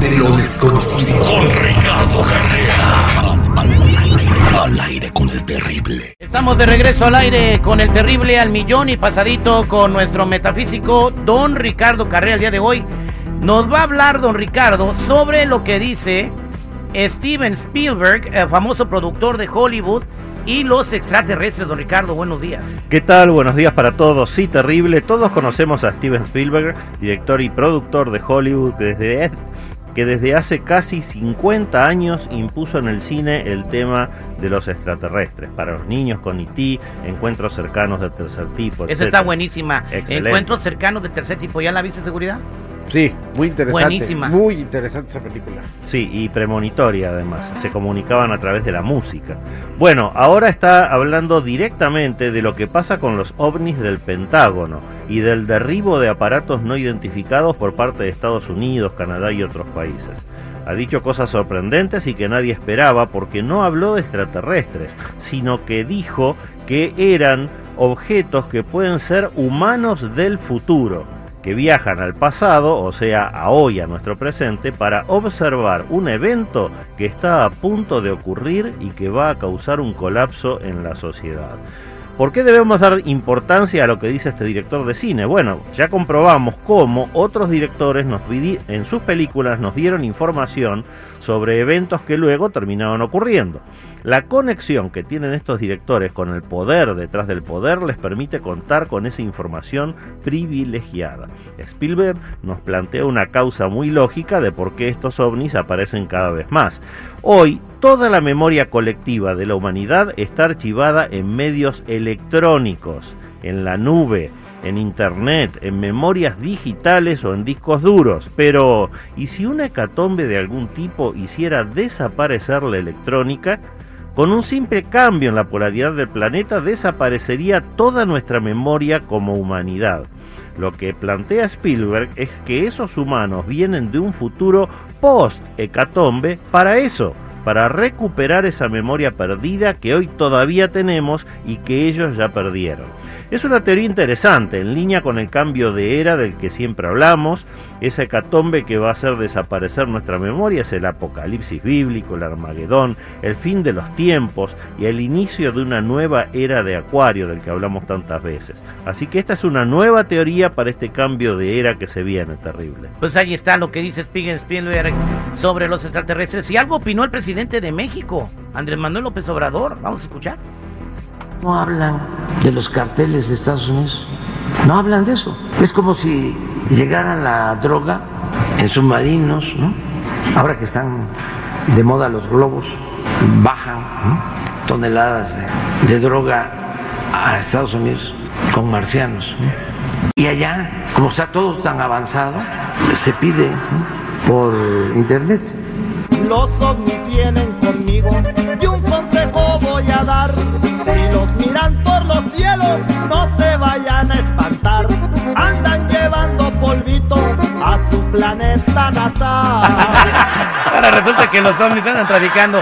de lo desconocido. Con Ricardo Carrera. Al aire con el terrible. Estamos de regreso al aire con el terrible al millón y pasadito con nuestro metafísico don Ricardo Carrera. El día de hoy nos va a hablar don Ricardo sobre lo que dice Steven Spielberg, el famoso productor de Hollywood, y los extraterrestres. Don Ricardo, buenos días. ¿Qué tal? Buenos días para todos. Sí, terrible. Todos conocemos a Steven Spielberg, director y productor de Hollywood, que desde hace casi 50 años impuso en el cine el tema de los extraterrestres. Para los niños con E.T., Encuentros cercanos del tercer tipo, Esa está buenísima. Excelente. Encuentros cercanos del tercer tipo. ¿Ya la viste, seguridad? Sí, muy interesante. Buenísima. Muy interesante esa película. Sí, y premonitoria además. Se comunicaban a través de la música. Bueno, ahora está hablando directamente de lo que pasa con los ovnis del Pentágono y del derribo de aparatos no identificados por parte de Estados Unidos, Canadá y otros países. Ha dicho cosas sorprendentes y que nadie esperaba, porque no habló de extraterrestres, sino que dijo que eran objetos que pueden ser humanos del futuro, que viajan al pasado, o sea, a hoy, a nuestro presente, para observar un evento que está a punto de ocurrir y que va a causar un colapso en la sociedad. ¿Por qué debemos dar importancia a lo que dice este director de cine? Bueno, ya comprobamos cómo otros directores en sus películas nos dieron información sobre eventos que luego terminaron ocurriendo. La conexión que tienen estos directores con el poder detrás del poder les permite contar con esa información privilegiada. Spielberg nos plantea una causa muy lógica de por qué estos ovnis aparecen cada vez más. Hoy, toda la memoria colectiva de la humanidad está archivada en medios electrónicos, en la nube, en internet, en memorias digitales o en discos duros. Pero, ¿y si una hecatombe de algún tipo hiciera desaparecer la electrónica? Con un simple cambio en la polaridad del planeta desaparecería toda nuestra memoria como humanidad. Lo que plantea Spielberg es que esos humanos vienen de un futuro post-hecatombe para eso, para recuperar esa memoria perdida que hoy todavía tenemos y que ellos ya perdieron. Es una teoría interesante, en línea con el cambio de era del que siempre hablamos. Esa hecatombe que va a hacer desaparecer nuestra memoria es el apocalipsis bíblico, el Armagedón, el fin de los tiempos y el inicio de una nueva era de Acuario del que hablamos tantas veces. Así que esta es una nueva teoría para este cambio de era que se viene, terrible. Pues ahí está lo que dice Steven Spielberg sobre los extraterrestres. Y algo opinó el presidente de México, Andrés Manuel López Obrador. Vamos a escuchar. No hablan de los carteles de Estados Unidos, no hablan de eso. Es como si llegara la droga en submarinos, ¿no? Ahora que están de moda los globos, bajan, ¿no?, toneladas de droga a Estados Unidos con marcianos, ¿no? Y allá, como está todo tan avanzado, se pide, ¿no?, por internet. Los ovnis vienen conmigo y un consejo voy a dar. Si los miran por los cielos, no se vayan a espantar. Andan llevando polvito a su planeta natal. Ahora resulta que los ovnis andan traficando.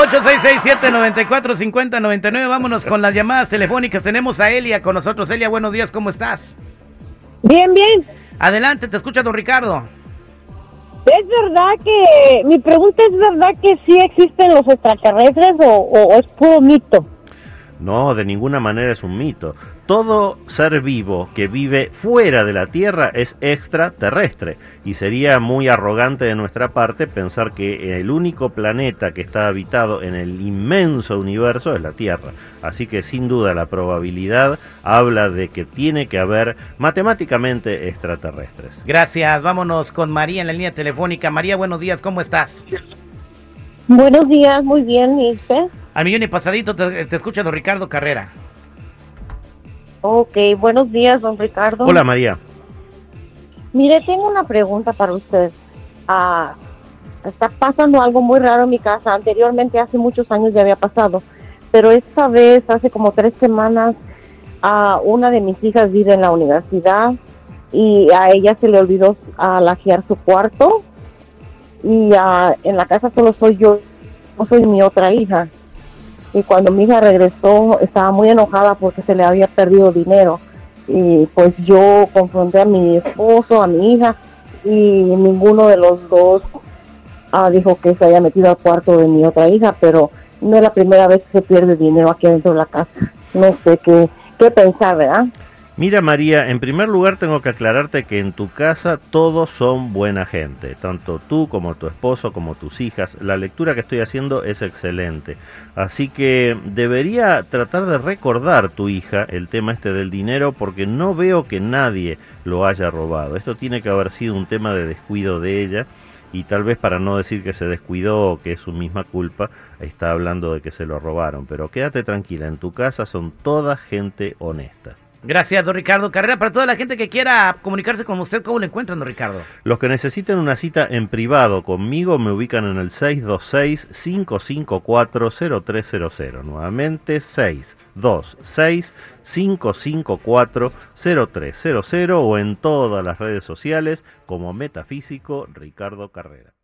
8667-945099. Vámonos con las llamadas telefónicas. Tenemos a Elia con nosotros. Elia, buenos días, ¿cómo estás? Bien, bien. Adelante, te escucha don Ricardo. ¿Es verdad que, mi pregunta es verdad que sí existen los extraterrestres o es puro mito? No, de ninguna manera es un mito. Todo ser vivo que vive fuera de la Tierra es extraterrestre, y sería muy arrogante de nuestra parte pensar que el único planeta que está habitado en el inmenso universo es la Tierra. Así que sin duda la probabilidad habla de que tiene que haber matemáticamente extraterrestres. Gracias, vámonos con María en la línea telefónica. María, buenos días, ¿cómo estás? Buenos días, muy bien, ¿y usted? Al millón y pasadito te escucha don Ricardo Carrera. Ok, buenos días, don Ricardo. Hola, María. Mire, tengo una pregunta para usted. Está pasando algo muy raro en mi casa. Anteriormente, hace muchos años ya había pasado, pero esta vez, hace como 3 semanas, una de mis hijas vive en la universidad y a ella se le olvidó lajear su cuarto, y en la casa solo soy yo, no soy mi otra hija. Y cuando mi hija regresó, estaba muy enojada porque se le había perdido dinero. Y pues yo confronté a mi esposo, a mi hija, y ninguno de los dos dijo que se había metido al cuarto de mi otra hija, pero no es la primera vez que se pierde dinero aquí dentro de la casa. No sé qué pensar, ¿verdad? Mira, María, en primer lugar tengo que aclararte que en tu casa todos son buena gente, tanto tú como tu esposo como tus hijas. La lectura que estoy haciendo es excelente, así que debería tratar de recordar tu hija el tema este del dinero, porque no veo que nadie lo haya robado. Esto tiene que haber sido un tema de descuido de ella, y tal vez, para no decir que se descuidó o que es su misma culpa, está hablando de que se lo robaron. Pero quédate tranquila, en tu casa son toda gente honesta. Gracias, don Ricardo Carrera. Para toda la gente que quiera comunicarse con usted, ¿cómo lo encuentran, don Ricardo? Los que necesiten una cita en privado conmigo me ubican en el 626-554-0300. Nuevamente, 626-554-0300, o en todas las redes sociales como Metafísico Ricardo Carrera.